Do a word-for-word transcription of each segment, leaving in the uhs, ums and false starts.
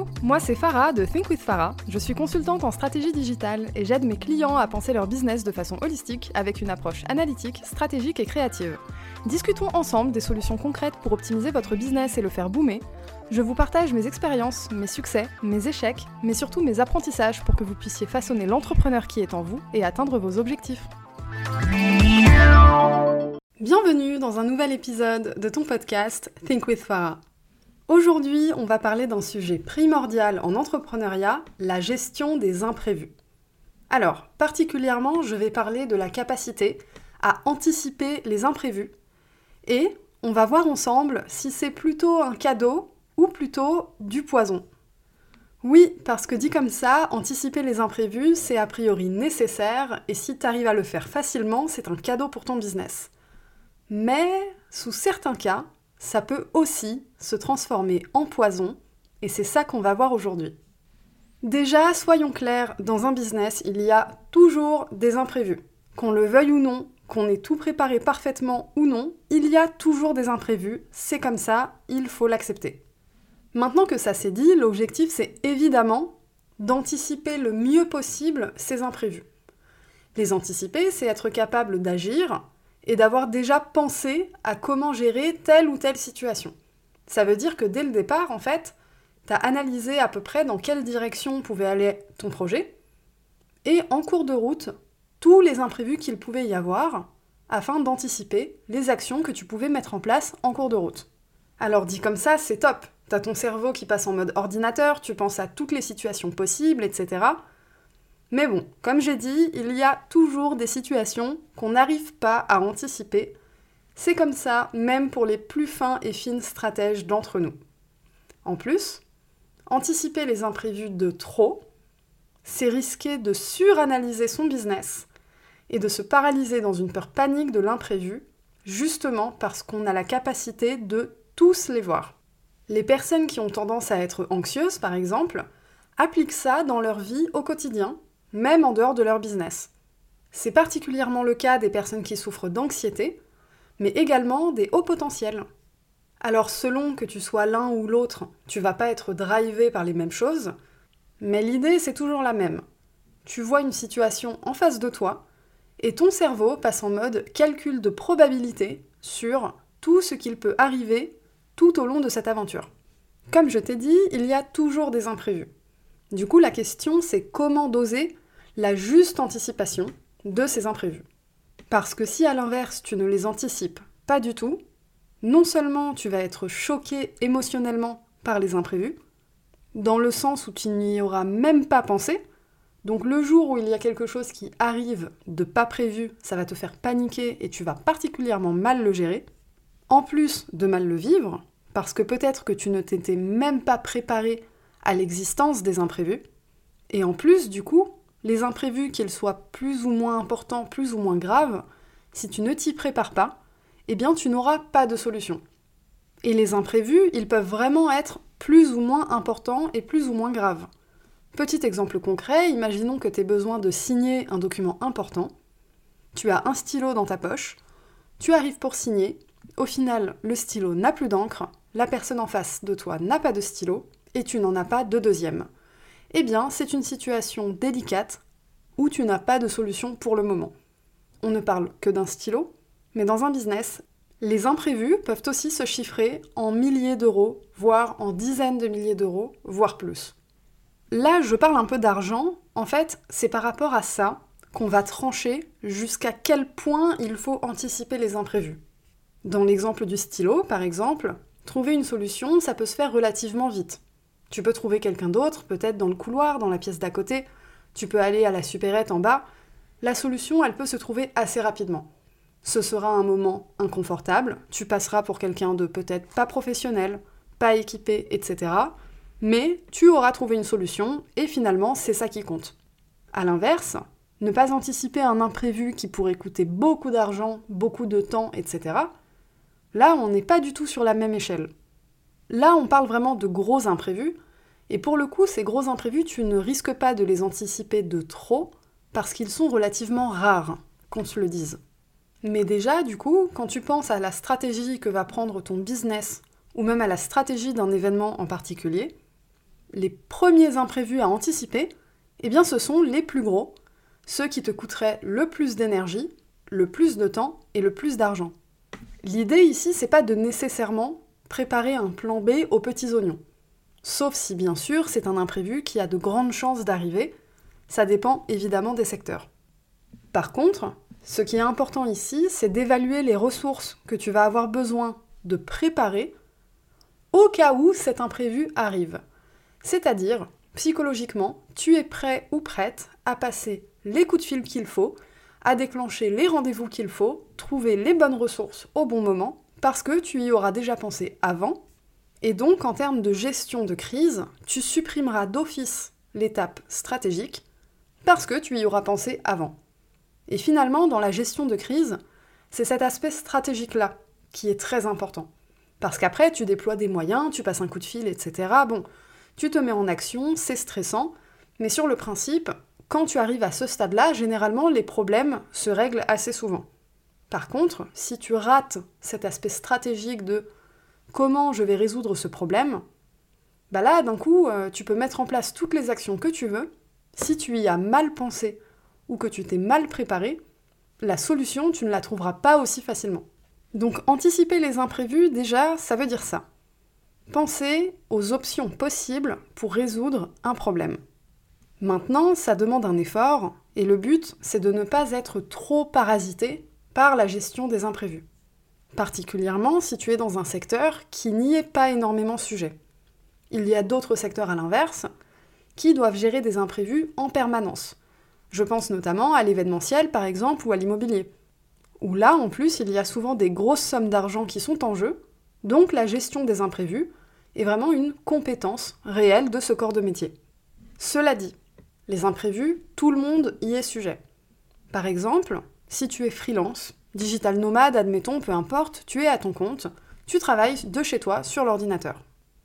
Coucou, moi c'est Farah de Think with Farah. Je suis consultante en stratégie digitale et j'aide mes clients à penser leur business de façon holistique avec une approche analytique, stratégique et créative. Discutons ensemble des solutions concrètes pour optimiser votre business et le faire boomer. Je vous partage mes expériences, mes succès, mes échecs, mais surtout mes apprentissages pour que vous puissiez façonner l'entrepreneur qui est en vous et atteindre vos objectifs. Bienvenue dans un nouvel épisode de ton podcast Think with Farah. Aujourd'hui, on va parler d'un sujet primordial en entrepreneuriat, la gestion des imprévus. Alors, particulièrement, je vais parler de la capacité à anticiper les imprévus et on va voir ensemble si c'est plutôt un cadeau ou plutôt du poison. Oui, parce que dit comme ça, anticiper les imprévus, c'est a priori nécessaire et si tu arrives à le faire facilement, c'est un cadeau pour ton business. Mais, sous certains cas, ça peut aussi se transformer en poison, et c'est ça qu'on va voir aujourd'hui. Déjà, soyons clairs, dans un business, il y a toujours des imprévus. Qu'on le veuille ou non, qu'on ait tout préparé parfaitement ou non, il y a toujours des imprévus, c'est comme ça, il faut l'accepter. Maintenant que ça c'est dit, l'objectif c'est évidemment d'anticiper le mieux possible ces imprévus. Les anticiper, c'est être capable d'agir, et d'avoir déjà pensé à comment gérer telle ou telle situation. Ça veut dire que dès le départ, en fait, t'as analysé à peu près dans quelle direction pouvait aller ton projet, et en cours de route, tous les imprévus qu'il pouvait y avoir, afin d'anticiper les actions que tu pouvais mettre en place en cours de route. Alors dit comme ça, c'est top. T'as ton cerveau qui passe en mode ordinateur, tu penses à toutes les situations possibles, et cetera. Mais bon, comme j'ai dit, il y a toujours des situations qu'on n'arrive pas à anticiper. C'est comme ça, même pour les plus fins et fines stratèges d'entre nous. En plus, anticiper les imprévus de trop, c'est risquer de suranalyser son business et de se paralyser dans une peur panique de l'imprévu, justement parce qu'on a la capacité de tous les voir. Les personnes qui ont tendance à être anxieuses, par exemple, appliquent ça dans leur vie au quotidien, même en dehors de leur business. C'est particulièrement le cas des personnes qui souffrent d'anxiété, mais également des hauts potentiels. Alors selon que tu sois l'un ou l'autre, tu vas pas être drivé par les mêmes choses, mais l'idée c'est toujours la même. Tu vois une situation en face de toi, et ton cerveau passe en mode calcul de probabilité sur tout ce qu'il peut arriver tout au long de cette aventure. Comme je t'ai dit, il y a toujours des imprévus. Du coup, la question c'est comment doser la juste anticipation de ces imprévus. Parce que si à l'inverse tu ne les anticipes pas du tout, non seulement tu vas être choqué émotionnellement par les imprévus, dans le sens où tu n'y auras même pas pensé, donc le jour où il y a quelque chose qui arrive de pas prévu, ça va te faire paniquer et tu vas particulièrement mal le gérer, en plus de mal le vivre, parce que peut-être que tu ne t'étais même pas préparé à l'existence des imprévus, et en plus du coup, les imprévus, qu'ils soient plus ou moins importants, plus ou moins graves, si tu ne t'y prépares pas, eh bien tu n'auras pas de solution. Et les imprévus, ils peuvent vraiment être plus ou moins importants et plus ou moins graves. Petit exemple concret, imaginons que tu aies besoin de signer un document important, tu as un stylo dans ta poche, tu arrives pour signer, au final le stylo n'a plus d'encre, la personne en face de toi n'a pas de stylo, et tu n'en as pas de deuxième. Eh bien, c'est une situation délicate où tu n'as pas de solution pour le moment. On ne parle que d'un stylo, mais dans un business, les imprévus peuvent aussi se chiffrer en milliers d'euros, voire en dizaines de milliers d'euros, voire plus. Là, je parle un peu d'argent, en fait, c'est par rapport à ça qu'on va trancher jusqu'à quel point il faut anticiper les imprévus. Dans l'exemple du stylo, par exemple, trouver une solution, ça peut se faire relativement vite. Tu peux trouver quelqu'un d'autre, peut-être dans le couloir, dans la pièce d'à côté. Tu peux aller à la supérette en bas. La solution, elle peut se trouver assez rapidement. Ce sera un moment inconfortable. Tu passeras pour quelqu'un de peut-être pas professionnel, pas équipé, et cetera. Mais tu auras trouvé une solution et finalement, c'est ça qui compte. À l'inverse, ne pas anticiper un imprévu qui pourrait coûter beaucoup d'argent, beaucoup de temps, et cetera. Là, on n'est pas du tout sur la même échelle. Là, on parle vraiment de gros imprévus, et pour le coup, ces gros imprévus, tu ne risques pas de les anticiper de trop, parce qu'ils sont relativement rares, qu'on se le dise. Mais déjà, du coup, quand tu penses à la stratégie que va prendre ton business, ou même à la stratégie d'un événement en particulier, les premiers imprévus à anticiper, eh bien ce sont les plus gros, ceux qui te coûteraient le plus d'énergie, le plus de temps et le plus d'argent. L'idée ici, c'est pas de nécessairement préparer un plan B aux petits oignons. Sauf si bien sûr c'est un imprévu qui a de grandes chances d'arriver, ça dépend évidemment des secteurs. Par contre, ce qui est important ici, c'est d'évaluer les ressources que tu vas avoir besoin de préparer au cas où cet imprévu arrive. C'est-à-dire, psychologiquement, tu es prêt ou prête à passer les coups de fil qu'il faut, à déclencher les rendez-vous qu'il faut, trouver les bonnes ressources au bon moment, parce que tu y auras déjà pensé avant, et donc en termes de gestion de crise, tu supprimeras d'office l'étape stratégique, parce que tu y auras pensé avant. Et finalement, dans la gestion de crise, c'est cet aspect stratégique-là qui est très important. Parce qu'après, tu déploies des moyens, tu passes un coup de fil, et cetera. Bon, tu te mets en action, c'est stressant, mais sur le principe, quand tu arrives à ce stade-là, généralement, les problèmes se règlent assez souvent. Par contre, si tu rates cet aspect stratégique de comment je vais résoudre ce problème, bah là, d'un coup, euh, tu peux mettre en place toutes les actions que tu veux. Si tu y as mal pensé ou que tu t'es mal préparé, la solution, tu ne la trouveras pas aussi facilement. Donc anticiper les imprévus, déjà, ça veut dire ça. Penser aux options possibles pour résoudre un problème. Maintenant, ça demande un effort, et le but, c'est de ne pas être trop parasité par la gestion des imprévus. Particulièrement si tu es dans un secteur qui n'y est pas énormément sujet. Il y a d'autres secteurs à l'inverse, qui doivent gérer des imprévus en permanence. Je pense notamment à l'événementiel, par exemple, ou à l'immobilier. Où là, en plus, il y a souvent des grosses sommes d'argent qui sont en jeu, donc la gestion des imprévus est vraiment une compétence réelle de ce corps de métier. Cela dit, les imprévus, tout le monde y est sujet. Par exemple, si tu es freelance, digital nomade, admettons, peu importe, tu es à ton compte, tu travailles de chez toi sur l'ordinateur.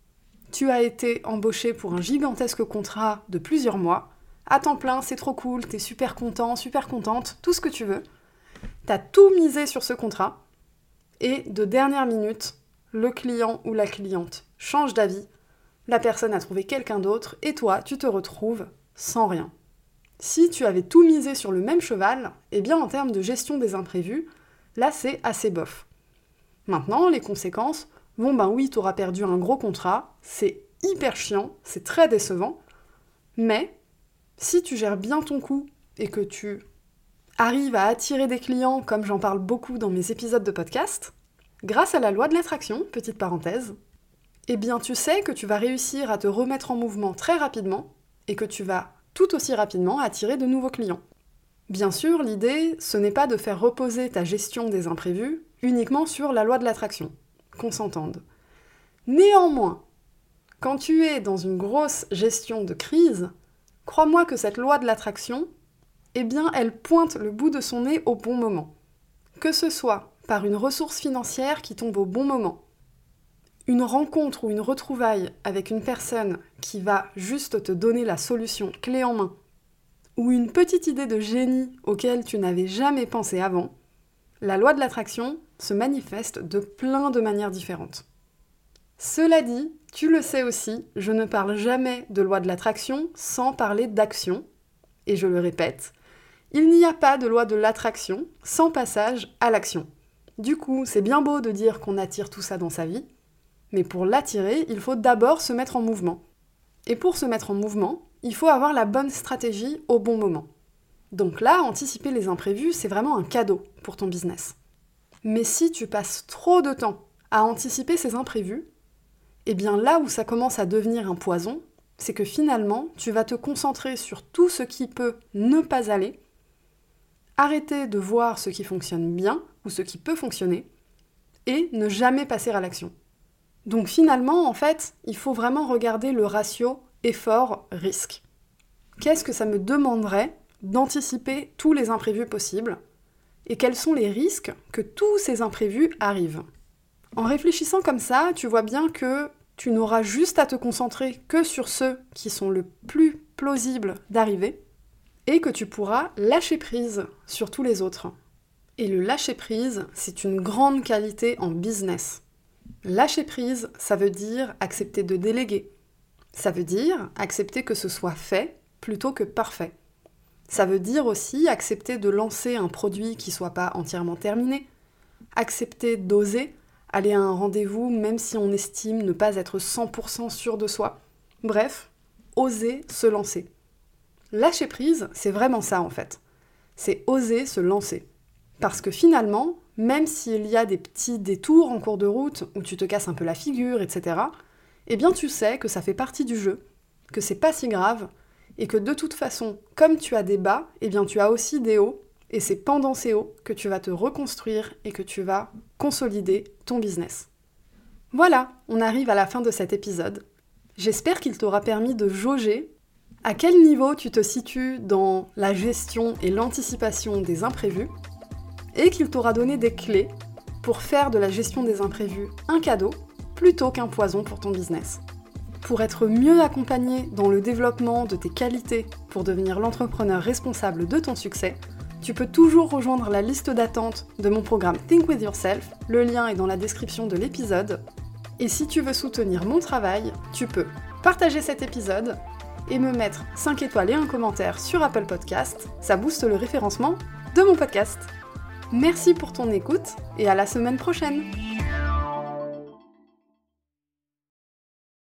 Tu as été embauché pour un gigantesque contrat de plusieurs mois, à temps plein, c'est trop cool, t'es super content, super contente, tout ce que tu veux. T'as tout misé sur ce contrat, et de dernière minute, le client ou la cliente change d'avis, la personne a trouvé quelqu'un d'autre, et toi, tu te retrouves sans rien. Si tu avais tout misé sur le même cheval, eh bien en termes de gestion des imprévus, là c'est assez bof. Maintenant, les conséquences, bon ben oui, t'auras perdu un gros contrat, c'est hyper chiant, c'est très décevant, mais si tu gères bien ton coup et que tu arrives à attirer des clients, comme j'en parle beaucoup dans mes épisodes de podcast, grâce à la loi de l'attraction, petite parenthèse, eh bien tu sais que tu vas réussir à te remettre en mouvement très rapidement et que tu vas tout aussi rapidement attirer de nouveaux clients. Bien sûr, l'idée, ce n'est pas de faire reposer ta gestion des imprévus uniquement sur la loi de l'attraction, qu'on s'entende. Néanmoins, quand tu es dans une grosse gestion de crise, crois-moi que cette loi de l'attraction, eh bien, elle pointe le bout de son nez au bon moment. Que ce soit par une ressource financière qui tombe au bon moment, une rencontre ou une retrouvaille avec une personne qui va juste te donner la solution clé en main, ou une petite idée de génie auquel tu n'avais jamais pensé avant, la loi de l'attraction se manifeste de plein de manières différentes. Cela dit, tu le sais aussi, je ne parle jamais de loi de l'attraction sans parler d'action, et je le répète, il n'y a pas de loi de l'attraction sans passage à l'action. Du coup, c'est bien beau de dire qu'on attire tout ça dans sa vie, mais pour l'attirer, il faut d'abord se mettre en mouvement. Et pour se mettre en mouvement, il faut avoir la bonne stratégie au bon moment. Donc là, anticiper les imprévus, c'est vraiment un cadeau pour ton business. Mais si tu passes trop de temps à anticiper ces imprévus, eh bien là où ça commence à devenir un poison, c'est que finalement, tu vas te concentrer sur tout ce qui peut ne pas aller, arrêter de voir ce qui fonctionne bien ou ce qui peut fonctionner, et ne jamais passer à l'action. Donc finalement, en fait, il faut vraiment regarder le ratio effort-risque. Qu'est-ce que ça me demanderait d'anticiper tous les imprévus possibles et quels sont les risques que tous ces imprévus arrivent. En réfléchissant comme ça, tu vois bien que tu n'auras juste à te concentrer que sur ceux qui sont le plus plausibles d'arriver et que tu pourras lâcher prise sur tous les autres. Et le lâcher prise, c'est une grande qualité en business. Lâcher prise, ça veut dire accepter de déléguer, Ça veut dire accepter que ce soit fait plutôt que parfait. Ça veut dire aussi accepter de lancer un produit qui soit pas entièrement terminé, accepter d'oser, aller à un rendez-vous même si on estime ne pas être cent pour cent sûr de soi. Bref, oser se lancer. Lâcher prise, c'est vraiment ça en fait. C'est oser se lancer. Parce que finalement, même s'il y a des petits détours en cours de route où tu te casses un peu la figure, et cetera, eh bien tu sais que ça fait partie du jeu, que c'est pas si grave, et que de toute façon, comme tu as des bas, eh bien tu as aussi des hauts, et c'est pendant ces hauts que tu vas te reconstruire et que tu vas consolider ton business. Voilà, on arrive à la fin de cet épisode. J'espère qu'il t'aura permis de jauger à quel niveau tu te situes dans la gestion et l'anticipation des imprévus, et qu'il t'aura donné des clés pour faire de la gestion des imprévus un cadeau plutôt qu'un poison pour ton business. Pour être mieux accompagné dans le développement de tes qualités pour devenir l'entrepreneur responsable de ton succès, tu peux toujours rejoindre la liste d'attente de mon programme Think With Yourself, le lien est dans la description de l'épisode. Et si tu veux soutenir mon travail, tu peux partager cet épisode et me mettre cinq étoiles et un commentaire sur Apple Podcast, ça booste le référencement de mon podcast. Merci pour ton écoute et à la semaine prochaine.